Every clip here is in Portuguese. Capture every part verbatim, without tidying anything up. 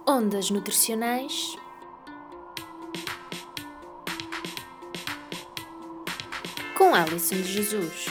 Ondas nutricionais com Alison de Jesus.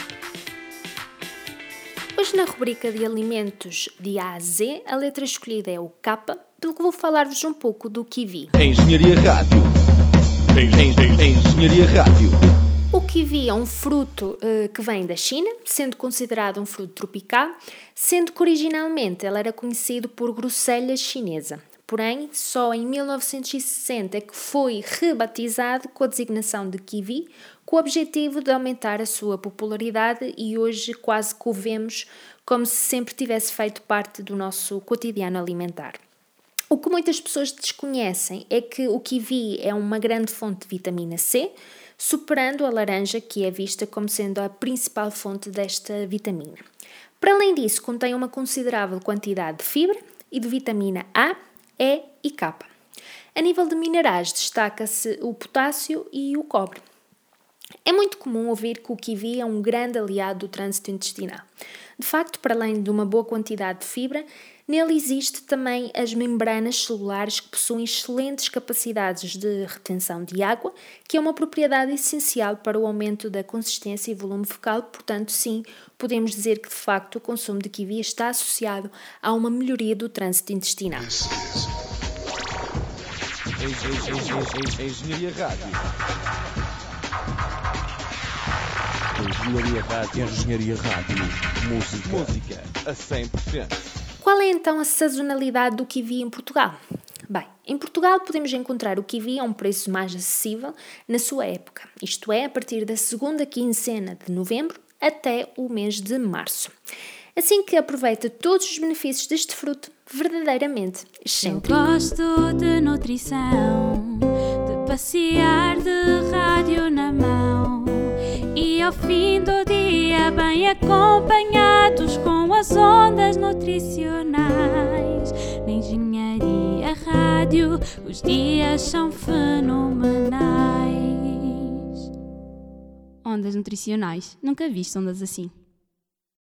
Hoje na rubrica de alimentos de A a Z, a letra escolhida é o K, pelo que vou falar-vos um pouco do kiwi. Engenharia Rádio. Engenharia Rádio. O kiwi é um fruto uh, que vem da China, sendo considerado um fruto tropical, sendo que originalmente ele era conhecido por groselha chinesa. Porém, só em mil novecentos e sessenta é que foi rebatizado com a designação de kiwi, com o objetivo de aumentar a sua popularidade, e hoje quase que o vemos como se sempre tivesse feito parte do nosso cotidiano alimentar. O que muitas pessoas desconhecem é que o kiwi é uma grande fonte de vitamina C, superando a laranja, que é vista como sendo a principal fonte desta vitamina. Para além disso, contém uma considerável quantidade de fibra e de vitamina A, E e K. A nível de minerais, destaca-se o potássio e o cobre. É muito comum ouvir que o kiwi é um grande aliado do trânsito intestinal. De facto, para além de uma boa quantidade de fibra, nele existe também as membranas celulares que possuem excelentes capacidades de retenção de água, que é uma propriedade essencial para o aumento da consistência e volume fecal. Portanto, sim, podemos dizer que de facto o consumo de kiwi está associado a uma melhoria do trânsito intestinal. Engenharia Rádio. Engenharia Rádio. Engenharia Rádio. Música. Música a cem por cento. Qual é então a sazonalidade do kiwi em Portugal? Bem, em Portugal podemos encontrar o kiwi a um preço mais acessível na sua época, isto é, a partir da segunda quinzena de novembro até o mês de março. Assim que aproveita todos os benefícios deste fruto verdadeiramente excêntrico. Eu gosto de nutrição, de passear de rádio na mão e ao fim do dia bem acompanhados com as ondas nutricionais. Na Engenharia Rádio os dias são fenomenais. Ondas nutricionais, nunca viste ondas assim.